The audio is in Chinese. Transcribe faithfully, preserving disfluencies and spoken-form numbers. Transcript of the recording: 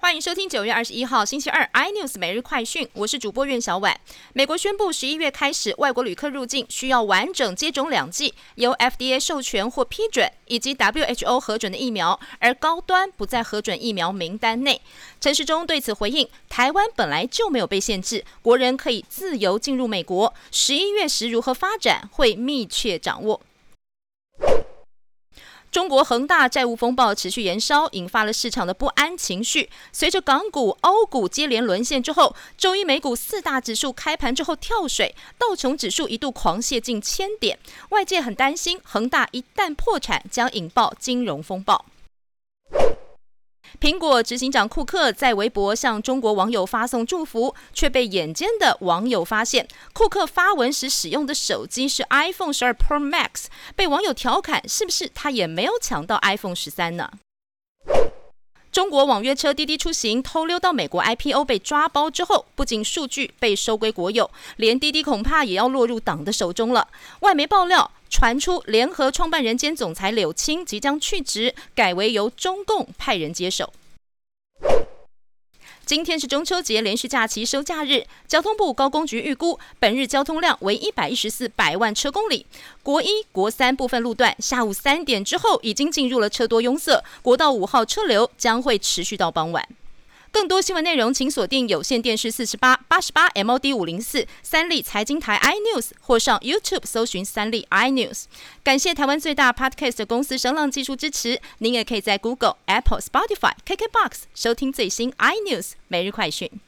欢迎收听九月二十一号星期二 iNews 每日快讯，我是主播苑小婉。美国宣布十一月开始，外国旅客入境需要完整接种两剂由 F D A 授权或批准以及 W H O 核准的疫苗，而高端不在核准疫苗名单内。陈时中对此回应，台湾本来就没有被限制，国人可以自由进入美国，十一月时如何发展会密切掌握。中国恒大债务风暴持续延烧，引发了市场的不安情绪。随着港股、欧股接连沦陷之后，周一美股四大指数开盘之后跳水，道琼指数一度狂泻近千点。外界很担心，恒大一旦破产，将引爆金融风暴。苹果执行长库克在微博向中国网友发送祝福，却被眼尖的网友发现，库克发文时使用的手机是 iPhone 十二 Pro Max， 被网友调侃是不是他也没有抢到 iPhone 十三呢？中国网约车滴滴出行偷溜到美国 I P O 被抓包之后，不仅数据被收归国有，连滴滴恐怕也要落入党的手中了。外媒爆料传出，联合创办人兼总裁柳青即将去职，改为由中共派人接手。今天是中秋节连续假期收假日，交通部高工局预估本日交通量为一百一十四百万车公里。国一、国三部分路段下午三点之后已经进入了车多拥塞，国道五号车流将会持续到傍晚。更多新闻内容，请锁定有线电视四十八、八十八 M O D 五零四、三立财经台 iNews， 或上 YouTube 搜寻三立 iNews。感谢台湾最大 Podcast 公司声浪技术支持。您也可以在 Google、Apple、Spotify、K K B O X 收听最新 iNews 每日快讯。